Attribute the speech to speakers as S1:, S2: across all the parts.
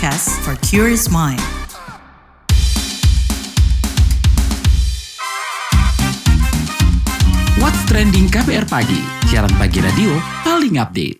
S1: podcast for curious mind.
S2: What's Trending KBR Pagi, siaran pagi radio paling update.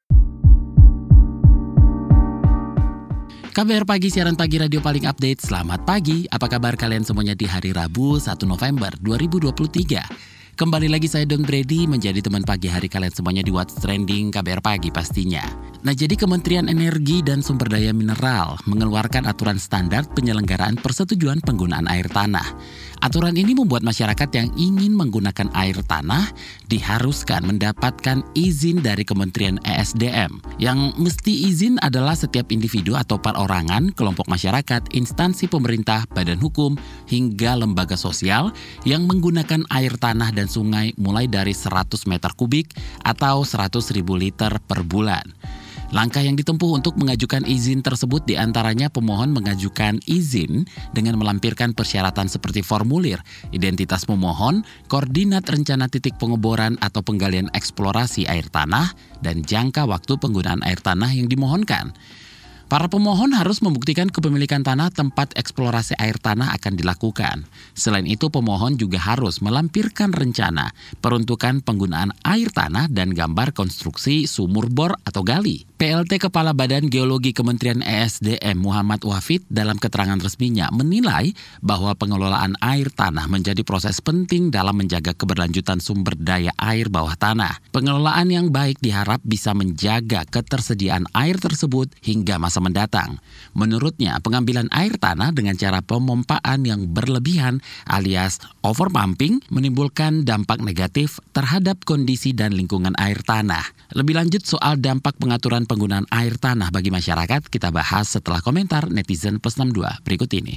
S2: KBR Pagi, siaran pagi radio paling update. Selamat pagi, apa kabar kalian semuanya di hari Rabu 1 November 2023? Kembali lagi saya Don Brady menjadi teman pagi hari kalian semuanya di What's Trending KBR Pagi pastinya. Nah, jadi Kementerian Energi dan Sumber Daya Mineral mengeluarkan aturan standar penyelenggaraan persetujuan penggunaan air tanah. Aturan ini membuat masyarakat yang ingin menggunakan air tanah diharuskan mendapatkan izin dari Kementerian ESDM. Yang mesti izin adalah setiap individu atau perorangan, kelompok masyarakat, instansi pemerintah, badan hukum, hingga lembaga sosial yang menggunakan air tanah dan sungai mulai dari 100 meter kubik atau 100.000 liter per bulan. Langkah yang ditempuh untuk mengajukan izin tersebut diantaranya pemohon mengajukan izin dengan melampirkan persyaratan seperti formulir, identitas pemohon, koordinat rencana titik pengeboran atau penggalian eksplorasi air tanah, dan jangka waktu penggunaan air tanah yang dimohonkan. Para pemohon harus membuktikan kepemilikan tanah tempat eksplorasi air tanah akan dilakukan. Selain itu, pemohon juga harus melampirkan rencana, peruntukan penggunaan air tanah dan gambar konstruksi sumur bor atau gali. PLT Kepala Badan Geologi Kementerian ESDM Muhammad Wafid dalam keterangan resminya menilai bahwa pengelolaan air tanah menjadi proses penting dalam menjaga keberlanjutan sumber daya air bawah tanah. Pengelolaan yang baik diharap bisa menjaga ketersediaan air tersebut hingga masa mendatang. Menurutnya, pengambilan air tanah dengan cara pemompaan yang berlebihan alias overpumping menimbulkan dampak negatif terhadap kondisi dan lingkungan air tanah. Lebih lanjut soal dampak pengaturan penggunaan air tanah bagi masyarakat kita bahas setelah komentar netizen plus 62 berikut ini.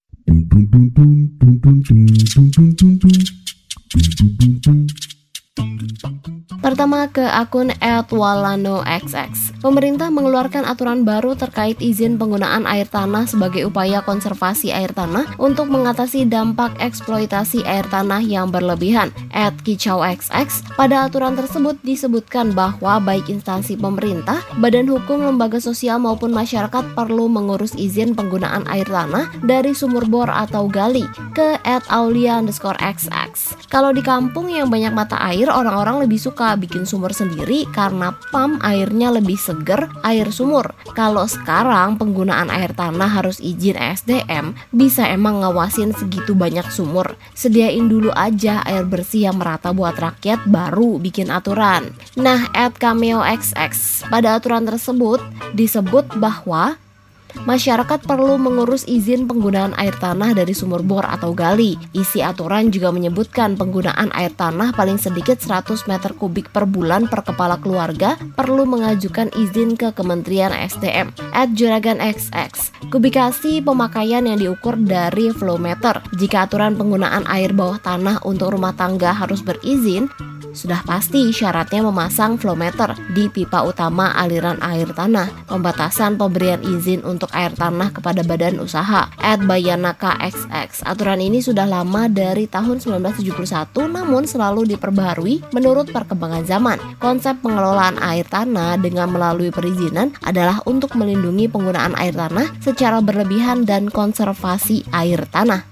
S3: Pertama ke akun @walanoxx. Pemerintah mengeluarkan aturan baru terkait izin penggunaan air tanah sebagai upaya konservasi air tanah untuk mengatasi dampak eksploitasi air tanah yang berlebihan. @kicauxx. Pada aturan tersebut disebutkan bahwa baik instansi pemerintah, badan hukum, lembaga sosial maupun masyarakat perlu mengurus izin penggunaan air tanah dari sumur bor atau gali. Ke @aulia_xx. Kalau di kampung yang banyak mata air, orang-orang lebih suka bikin sumur sendiri karena pump airnya lebih seger air sumur. Kalau sekarang penggunaan air tanah harus izin ESDM, bisa emang ngawasin segitu banyak sumur. Sediain dulu aja air bersih yang merata buat rakyat, baru bikin aturan. Nah, @cameoxx. Pada aturan tersebut disebut bahwa masyarakat perlu mengurus izin penggunaan air tanah dari sumur bor atau gali. Isi aturan juga menyebutkan penggunaan air tanah paling sedikit 100 meter kubik per bulan per kepala keluarga perlu mengajukan izin ke Kementerian SDM. @juraganxx. Kubikasi pemakaian yang diukur dari flow meter. Jika aturan penggunaan air bawah tanah untuk rumah tangga harus berizin, sudah pasti syaratnya memasang flow meter di pipa utama aliran air tanah. Pembatasan pemberian izin untuk air tanah kepada badan usaha. @bayanakaxx. Aturan ini sudah lama dari tahun 1971 namun selalu diperbaharui menurut perkembangan zaman. Konsep pengelolaan air tanah dengan melalui perizinan adalah untuk melindungi penggunaan air tanah secara berlebihan dan konservasi air tanah.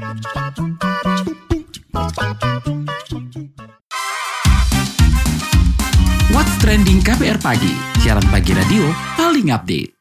S2: What's Trending KBR Pagi, siaran pagi radio paling update.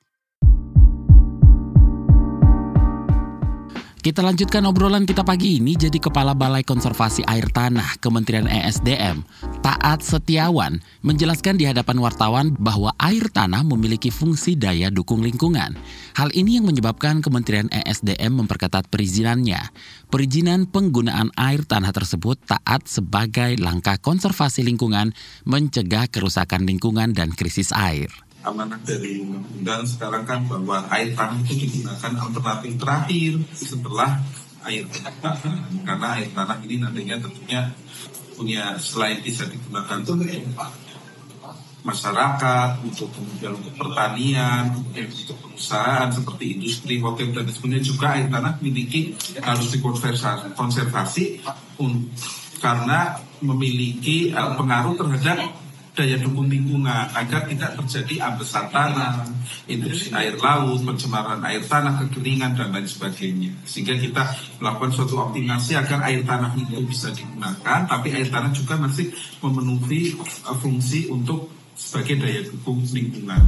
S2: Kita lanjutkan obrolan kita pagi ini. Jadi Kepala Balai Konservasi Air Tanah Kementerian ESDM, Taat Setiawan, menjelaskan di hadapan wartawan bahwa air tanah memiliki fungsi daya dukung lingkungan. Hal ini yang menyebabkan Kementerian ESDM memperketat perizinannya. Perizinan penggunaan air tanah tersebut taat sebagai langkah konservasi lingkungan, mencegah kerusakan lingkungan dan krisis air.
S4: Amanah dari undang-undang sekarang kan bahwa air tanah itu digunakan alternatif terakhir setelah air tanah, karena air tanah ini nantinya tentunya punya, selain bisa digunakan untuk masyarakat, untuk kemudian untuk pertanian, untuk perusahaan seperti industri, hotel dan sebagainya, juga air tanah harus dikonservasi karena memiliki pengaruh terhadap daya dukung lingkungan agar tidak terjadi ambesan tanah, intrusi air laut, pencemaran air tanah, kekeringan dan lain sebagainya. Sehingga kita melakukan suatu optimasi agar air tanah itu bisa digunakan, tapi air tanah juga masih memenuhi fungsi untuk sebagai daya dukung lingkungan.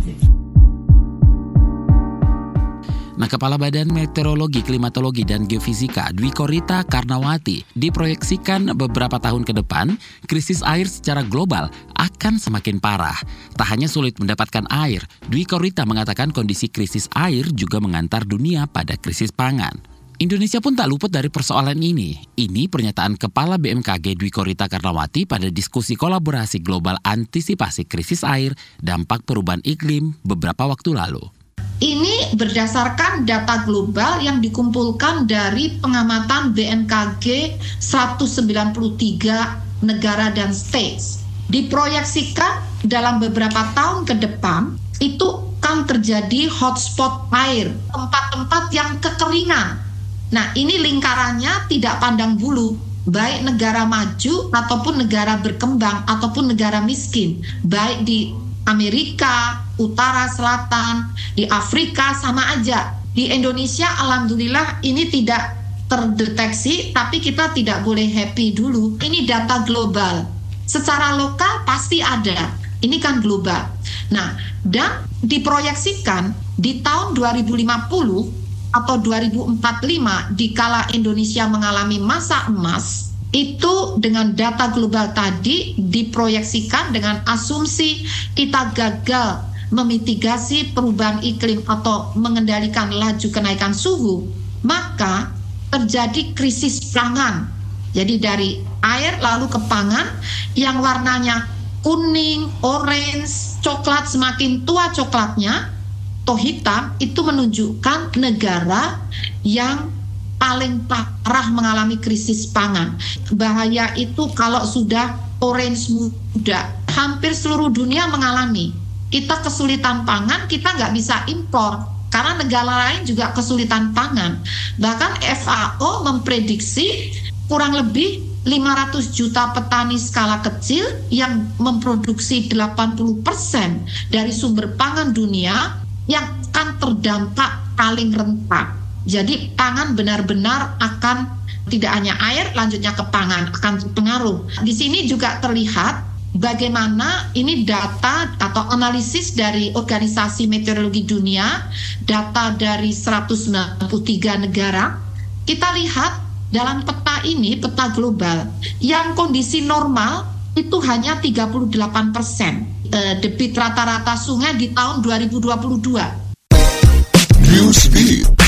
S2: Nah, Kepala Badan Meteorologi, Klimatologi, dan Geofisika Dwi Korita Karnawati diproyeksikan beberapa tahun ke depan, krisis air secara global akan semakin parah. Tak hanya sulit mendapatkan air, Dwi Korita mengatakan kondisi krisis air juga mengantar dunia pada krisis pangan. Indonesia pun tak luput dari persoalan ini. Ini pernyataan Kepala BMKG Dwi Korita Karnawati pada diskusi kolaborasi global antisipasi krisis air, dampak perubahan iklim beberapa waktu lalu.
S1: Ini berdasarkan data global yang dikumpulkan dari pengamatan BMKG 193 negara dan states. Diproyeksikan dalam beberapa tahun ke depan, itu akan terjadi hotspot air, tempat-tempat yang kekeringan. Nah, ini lingkarannya tidak pandang bulu, baik negara maju ataupun negara berkembang ataupun negara miskin, baik di Amerika, Utara, Selatan, di Afrika sama aja. Di Indonesia alhamdulillah ini tidak terdeteksi, tapi kita tidak boleh happy dulu. Ini data global. Secara lokal pasti ada. Ini kan global. Nah, dan diproyeksikan di tahun 2050 atau 2045 dikala Indonesia mengalami masa emas, itu dengan data global tadi diproyeksikan dengan asumsi kita gagal memitigasi perubahan iklim atau mengendalikan laju kenaikan suhu, maka terjadi krisis pangan. Jadi dari air lalu ke pangan yang warnanya kuning, orange, coklat, semakin tua coklatnya atau hitam, itu menunjukkan negara yang paling parah mengalami krisis pangan. Bahaya itu kalau sudah orange muda. Hampir seluruh dunia mengalami. Kita kesulitan pangan, kita nggak bisa impor. Karena negara lain juga kesulitan pangan. Bahkan FAO memprediksi kurang lebih 500 juta petani skala kecil yang memproduksi 80% dari sumber pangan dunia yang akan terdampak paling rentan. Jadi pangan benar-benar akan tidak hanya air, lanjutnya ke pangan akan berpengaruh. Di sini juga terlihat bagaimana ini data atau analisis dari Organisasi Meteorologi Dunia, data dari 193 negara. Kita lihat dalam peta ini, peta global, yang kondisi normal itu hanya 38%. Debit rata-rata sungai di tahun 2022.
S3: Newsbeat.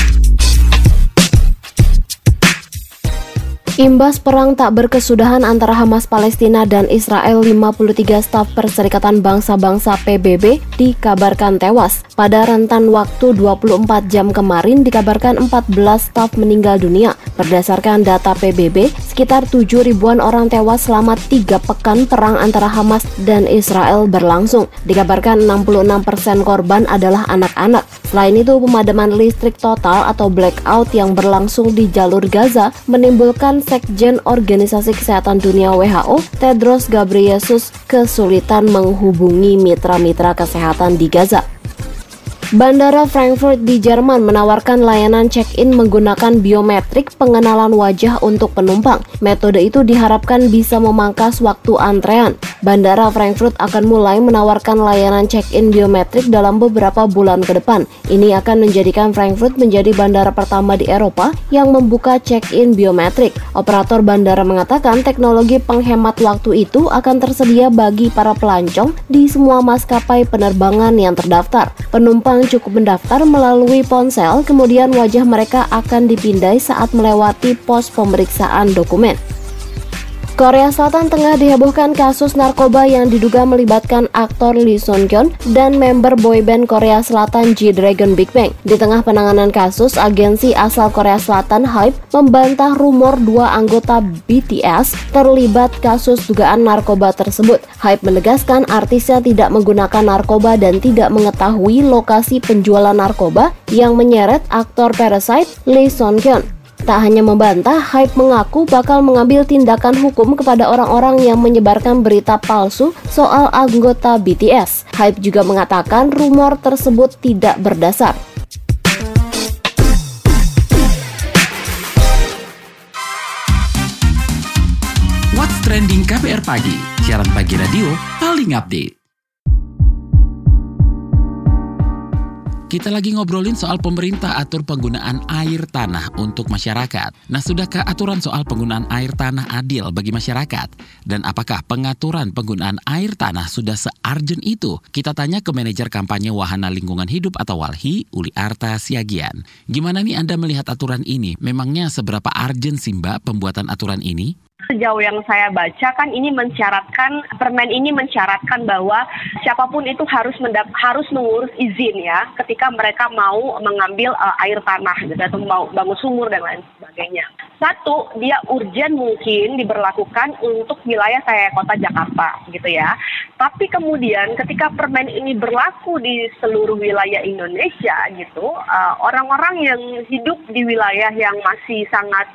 S3: Imbas perang tak berkesudahan antara Hamas Palestina dan Israel, 53 staf Perserikatan Bangsa-Bangsa PBB dikabarkan tewas. Pada rentan waktu 24 jam kemarin dikabarkan 14 staf meninggal dunia. Berdasarkan data PBB, sekitar 7 ribuan orang tewas selama 3 pekan perang antara Hamas dan Israel berlangsung. Dikabarkan 66% korban adalah anak-anak. Selain itu, pemadaman listrik total atau blackout yang berlangsung di jalur Gaza menimbulkan Sekjen Organisasi Kesehatan Dunia WHO, Tedros Ghebreyesus, kesulitan menghubungi mitra-mitra kesehatan di Gaza. Bandara Frankfurt di Jerman menawarkan layanan check-in menggunakan biometrik pengenalan wajah untuk penumpang. Metode itu diharapkan bisa memangkas waktu antrean. Bandara Frankfurt akan mulai menawarkan layanan check-in biometrik dalam beberapa bulan ke depan. Ini akan menjadikan Frankfurt menjadi bandara pertama di Eropa yang membuka check-in biometrik. Operator bandara mengatakan teknologi penghemat waktu itu akan tersedia bagi para pelancong di semua maskapai penerbangan yang terdaftar. Penumpang cukup mendaftar melalui ponsel, kemudian wajah mereka akan dipindai saat melewati pos pemeriksaan dokumen. Korea Selatan tengah dihebohkan kasus narkoba yang diduga melibatkan aktor Lee Sung Kyun dan member boyband Korea Selatan G-Dragon Big Bang. Di tengah penanganan kasus, agensi asal Korea Selatan HYBE membantah rumor 2 anggota BTS terlibat kasus dugaan narkoba tersebut. HYBE menegaskan artisnya tidak menggunakan narkoba dan tidak mengetahui lokasi penjualan narkoba yang menyeret aktor Parasite Lee Sung Kyun. Tak hanya membantah, Hype mengaku bakal mengambil tindakan hukum kepada orang-orang yang menyebarkan berita palsu soal anggota BTS. Hype juga mengatakan rumor tersebut tidak berdasar.
S2: What's Trending KBR Pagi, siaran pagi radio paling update. Kita lagi ngobrolin soal pemerintah atur penggunaan air tanah untuk masyarakat. Nah, sudahkah aturan soal penggunaan air tanah adil bagi masyarakat? Dan apakah pengaturan penggunaan air tanah sudah se-urgent itu? Kita tanya ke manajer kampanye Wahana Lingkungan Hidup atau WALHI, Uli Arta Siagian. Gimana nih Anda melihat aturan ini? Memangnya seberapa urgent sih Mbak pembuatan aturan ini?
S5: Sejauh yang saya baca kan ini permen ini mensyaratkan bahwa siapapun itu harus mengurus izin ya ketika mereka mau mengambil air tanah gitu, atau mau bangun sumur dan lain sebagainya. Satu, dia urgent mungkin diberlakukan untuk wilayah kayak kota Jakarta gitu ya. Tapi kemudian ketika permen ini berlaku di seluruh wilayah Indonesia gitu, orang-orang yang hidup di wilayah yang masih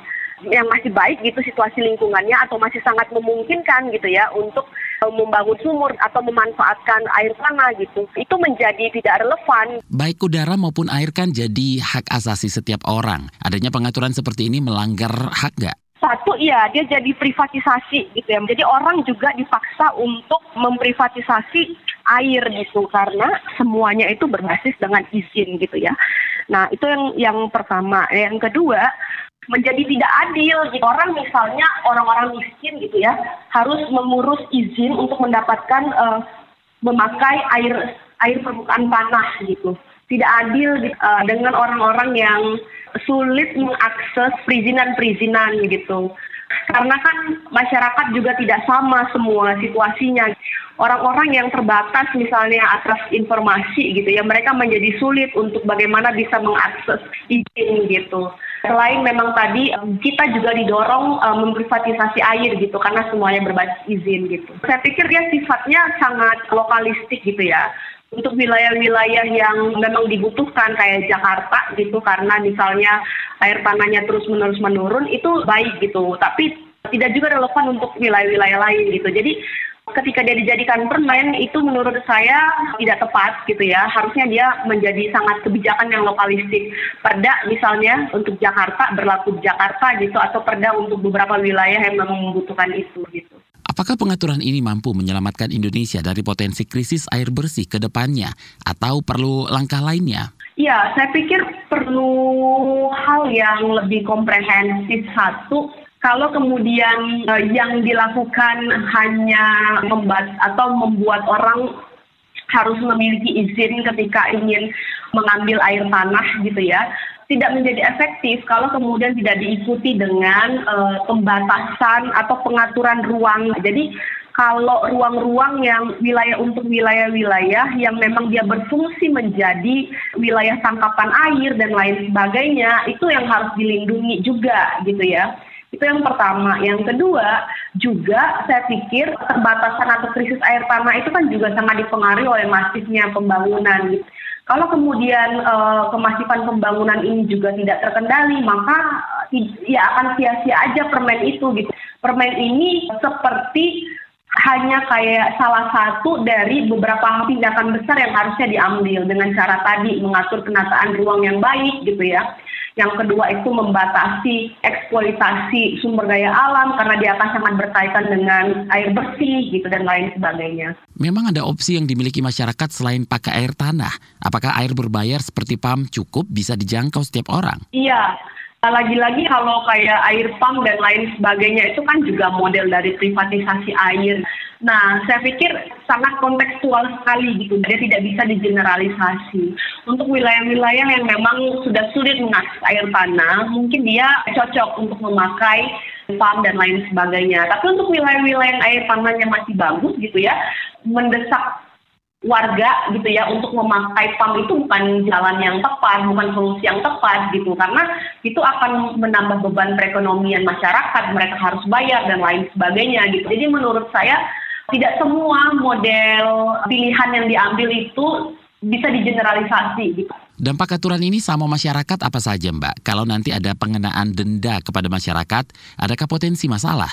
S5: baik gitu situasi lingkungannya atau masih sangat memungkinkan gitu ya untuk membangun sumur atau memanfaatkan air tanah gitu, itu menjadi tidak relevan.
S2: Baik udara maupun air kan jadi hak asasi setiap orang. Adanya pengaturan seperti ini melanggar hak nggak?
S5: Satu, iya, dia jadi privatisasi gitu ya. Jadi orang juga dipaksa untuk memprivatisasi air gitu karena semuanya itu berbasis dengan izin gitu ya. Nah, itu yang pertama. Yang kedua, menjadi tidak adil gitu. Orang misalnya orang-orang miskin gitu ya harus mengurus izin untuk mendapatkan memakai air permukaan tanah gitu. Tidak adil dengan orang-orang yang sulit mengakses perizinan gitu. Karena kan masyarakat juga tidak sama semua situasinya. Orang-orang yang terbatas misalnya atas informasi gitu ya, mereka menjadi sulit untuk bagaimana bisa mengakses izin gitu. Selain memang tadi kita juga didorong memprivatisasi air gitu karena semuanya berbasis izin gitu. Saya pikir dia sifatnya sangat lokalistik gitu ya. Untuk wilayah-wilayah yang memang dibutuhkan kayak Jakarta gitu karena misalnya air tanahnya terus-menerus menurun itu baik gitu. Tapi tidak juga relevan untuk wilayah-wilayah lain gitu. Jadi ketika dia dijadikan permen itu menurut saya tidak tepat gitu ya. Harusnya dia menjadi sangat kebijakan yang lokalistik. Perda misalnya untuk Jakarta berlaku di Jakarta gitu atau perda untuk beberapa wilayah yang memang membutuhkan itu gitu.
S2: Apakah pengaturan ini mampu menyelamatkan Indonesia dari potensi krisis air bersih ke depannya atau perlu langkah lainnya?
S5: Ya, saya pikir perlu hal yang lebih komprehensif. Satu, kalau kemudian yang dilakukan hanya membuat orang harus memiliki izin ketika ingin mengambil air tanah gitu ya, tidak menjadi efektif kalau kemudian tidak diikuti dengan pembatasan atau pengaturan ruang. Jadi kalau ruang-ruang yang wilayah-wilayah yang memang dia berfungsi menjadi wilayah tangkapan air dan lain sebagainya, itu yang harus dilindungi juga gitu ya. Itu yang pertama. Yang kedua, juga saya pikir keterbatasan atau krisis air tanah itu kan juga sangat dipengaruhi oleh masifnya pembangunan gitu. Kalau kemudian kemasifan pembangunan ini juga tidak terkendali, maka ya akan sia-sia aja permen itu gitu. Permen ini seperti hanya kayak salah satu dari beberapa tindakan besar yang harusnya diambil dengan cara tadi mengatur penataan ruang yang baik gitu ya. Yang kedua itu membatasi eksploitasi sumber daya alam karena dia akan sangat berkaitan dengan air bersih gitu dan lain sebagainya.
S2: Memang ada opsi yang dimiliki masyarakat selain pakai air tanah. Apakah air berbayar seperti PAM cukup bisa dijangkau setiap orang?
S5: Iya. Lagi-lagi kalau kayak air pump dan lain sebagainya itu kan juga model dari privatisasi air. Nah, saya pikir sangat kontekstual sekali gitu. Dia tidak bisa digeneralisasi. Untuk wilayah-wilayah yang memang sudah sulit mengakses air tanah, mungkin dia cocok untuk memakai pump dan lain sebagainya. Tapi untuk wilayah-wilayah yang air tanahnya masih bagus gitu ya, mendesak warga gitu ya untuk memakai PAM itu bukan jalan yang tepat, bukan solusi yang tepat gitu, karena itu akan menambah beban perekonomian masyarakat, mereka harus bayar dan lain sebagainya gitu. Jadi menurut saya tidak semua model pilihan yang diambil itu bisa digeneralisasi gitu.
S2: Dampak aturan ini sama masyarakat apa saja, Mbak? Kalau nanti ada pengenaan denda kepada masyarakat, adakah potensi masalah?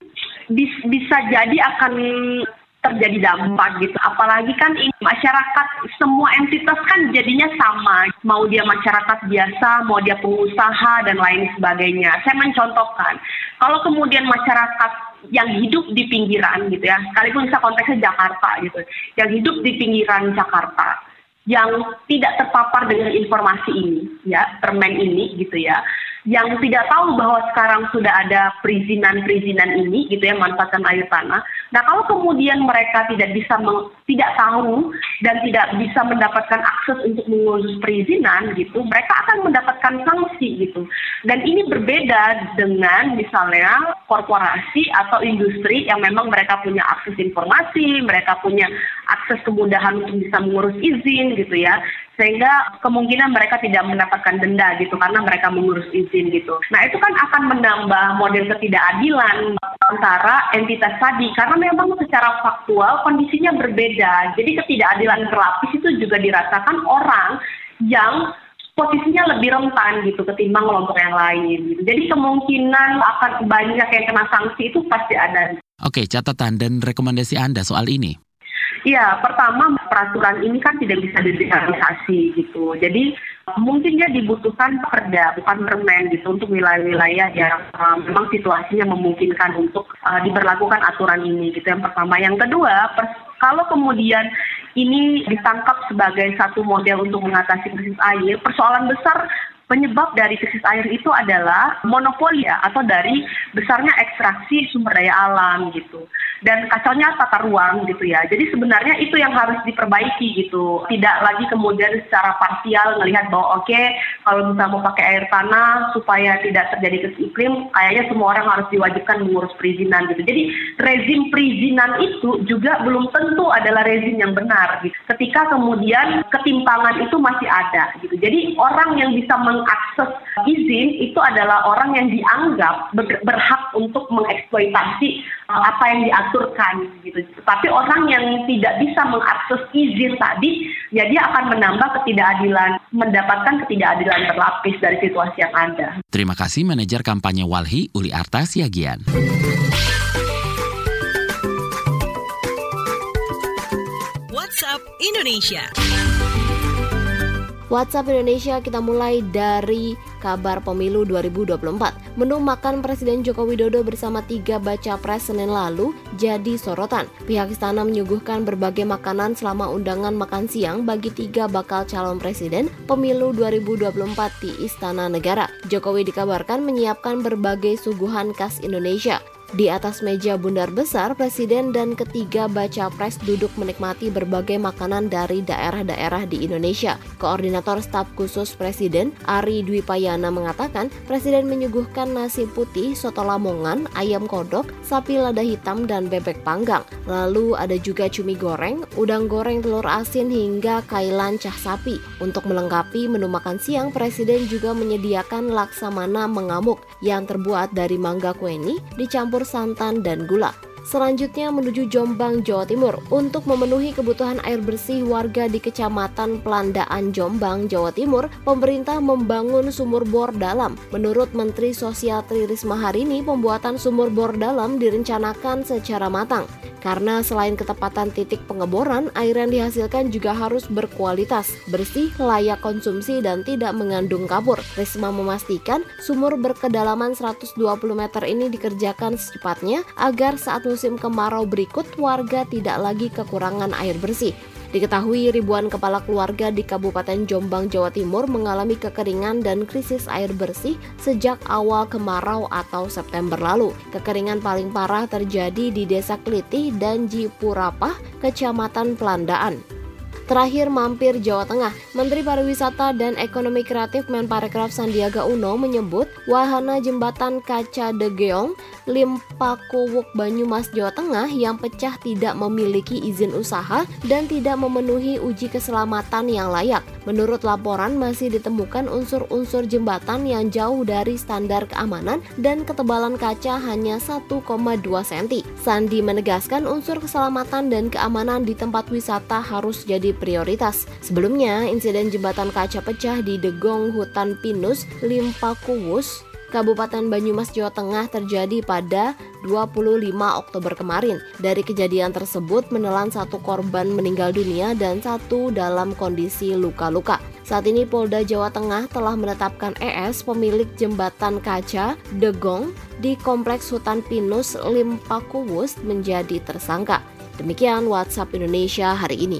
S5: Bisa jadi akan terjadi dampak gitu. Apalagi kan ini masyarakat, semua entitas kan jadinya sama. Mau dia masyarakat biasa, mau dia pengusaha, dan lain sebagainya. Saya mencontohkan, kalau kemudian masyarakat yang hidup di pinggiran gitu ya, sekalipun bisa konteksnya Jakarta gitu, yang hidup di pinggiran Jakarta, yang tidak terpapar dengan informasi ini, ya, permen ini gitu ya, yang tidak tahu bahwa sekarang sudah ada perizinan ini gitu ya, manfaatkan air tanah. Nah, kalau kemudian mereka tidak tahu dan tidak bisa mendapatkan akses untuk mengurus perizinan gitu, mereka akan mendapatkan sanksi gitu. Dan ini berbeda dengan misalnya korporasi atau industri yang memang mereka punya akses informasi, mereka punya akses kemudahan untuk bisa mengurus izin gitu ya, sehingga kemungkinan mereka tidak mendapatkan denda gitu karena mereka mengurus izin gitu. Nah, itu kan akan menambah model ketidakadilan antara entitas tadi karena memang secara faktual kondisinya berbeda. Jadi ketidakadilan berlapis itu juga dirasakan orang yang posisinya lebih rentan gitu ketimbang kelompok yang lain gitu. Jadi kemungkinan akan banyak yang kena sanksi itu pasti ada.
S2: Oke, catatan dan rekomendasi Anda soal ini.
S5: Ya, pertama peraturan ini kan tidak bisa direalisasi gitu. Jadi mungkin dia dibutuhkan perda, bukan permen gitu untuk wilayah-wilayah yang memang situasinya memungkinkan untuk diberlakukan aturan ini gitu. Yang pertama. Yang kedua, kalau kemudian ini ditangkap sebagai satu model untuk mengatasi krisis air, persoalan besar penyebab dari krisis air itu adalah monopoli ya, atau dari besarnya ekstraksi sumber daya alam gitu. Dan kacaunya tata ruang gitu ya. Jadi sebenarnya itu yang harus diperbaiki gitu. Tidak lagi kemudian secara parsial melihat bahwa oke, kalau misalnya mau pakai air tanah supaya tidak terjadi krisis iklim, kayaknya semua orang harus diwajibkan mengurus perizinan gitu. Jadi rezim perizinan itu juga belum tentu adalah rezim yang benar gitu. Ketika kemudian ketimpangan itu masih ada gitu. Jadi orang yang bisa mengakses izin itu adalah orang yang dianggap berhak untuk mengeksploitasi apa yang diaturkan gitu. Tapi orang yang tidak bisa mengakses izin tadi, ya dia akan menambah ketidakadilan, mendapatkan ketidakadilan berlapis dari situasi yang ada.
S2: Terima kasih Manajer Kampanye Walhi, Uli Arta Siagian.
S6: WhatsApp Indonesia.
S3: WhatsApp Indonesia, kita mulai dari kabar pemilu 2024. Menu makan Presiden Joko Widodo bersama 3 baca pres Senin lalu jadi sorotan. Pihak istana menyuguhkan berbagai makanan selama undangan makan siang bagi 3 bakal calon presiden pemilu 2024 di Istana Negara. Jokowi dikabarkan menyiapkan berbagai suguhan khas Indonesia. Di atas meja bundar besar, Presiden dan ketiga baca pres duduk menikmati berbagai makanan dari daerah-daerah di Indonesia. Koordinator Staf Khusus Presiden, Ari Dwi Payana mengatakan, Presiden menyuguhkan nasi putih, soto Lamongan, ayam kodok, sapi lada hitam, dan bebek panggang. Lalu ada juga cumi goreng, udang goreng telur asin, hingga kailan cah sapi. Untuk melengkapi menu makan siang, Presiden juga menyediakan laksamana mengamuk yang terbuat dari mangga kueni dicampur santan dan gula. Selanjutnya menuju Jombang, Jawa Timur untuk memenuhi kebutuhan air bersih warga di Kecamatan Pelandaan, Jombang, Jawa Timur. Pemerintah membangun sumur bor dalam. Menurut Menteri Sosial Tri Risma hari ini, pembuatan sumur bor dalam direncanakan secara matang. Karena selain ketepatan titik pengeboran, air yang dihasilkan juga harus berkualitas, bersih, layak konsumsi, dan tidak mengandung kapur. Risma memastikan sumur berkedalaman 120 meter ini dikerjakan secepatnya agar saat musim kemarau berikut warga tidak lagi kekurangan air bersih. Diketahui ribuan kepala keluarga di Kabupaten Jombang, Jawa Timur mengalami kekeringan dan krisis air bersih sejak awal kemarau atau September lalu. Kekeringan paling parah terjadi di Desa Kelitih dan Jipurapah, Kecamatan Pelandaan. Terakhir mampir Jawa Tengah, Menteri Pariwisata dan Ekonomi Kreatif Menparekraf Sandiaga Uno menyebut wahana jembatan kaca De Geong, Limpakuwuk, Banyumas, Jawa Tengah yang pecah tidak memiliki izin usaha dan tidak memenuhi uji keselamatan yang layak. Menurut laporan masih ditemukan unsur-unsur jembatan yang jauh dari standar keamanan dan ketebalan kaca hanya 1,2 cm. Sandi menegaskan unsur keselamatan dan keamanan di tempat wisata harus jadi prioritas. Sebelumnya, insiden jembatan kaca pecah di Degong Hutan Pinus, Limpakuwus, Kabupaten Banyumas, Jawa Tengah terjadi pada 25 Oktober kemarin. Dari kejadian tersebut menelan 1 korban meninggal dunia dan 1 dalam kondisi luka-luka. Saat ini Polda Jawa Tengah telah menetapkan ES pemilik jembatan kaca Degong di Kompleks Hutan Pinus Limpakuwus menjadi tersangka. Demikian WhatsApp Indonesia hari ini.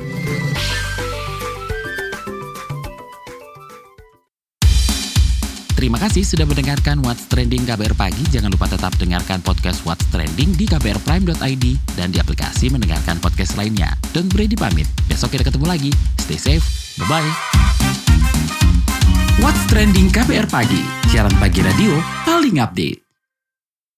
S2: Terima kasih sudah mendengarkan What's Trending KBR Pagi. Jangan lupa tetap dengarkan podcast What's Trending di kbrprime.id dan di aplikasi mendengarkan podcast lainnya. Don Brady pamit. Besok kita ketemu lagi. Stay safe. Bye-bye. What's Trending KBR Pagi. Siaran pagi radio paling update.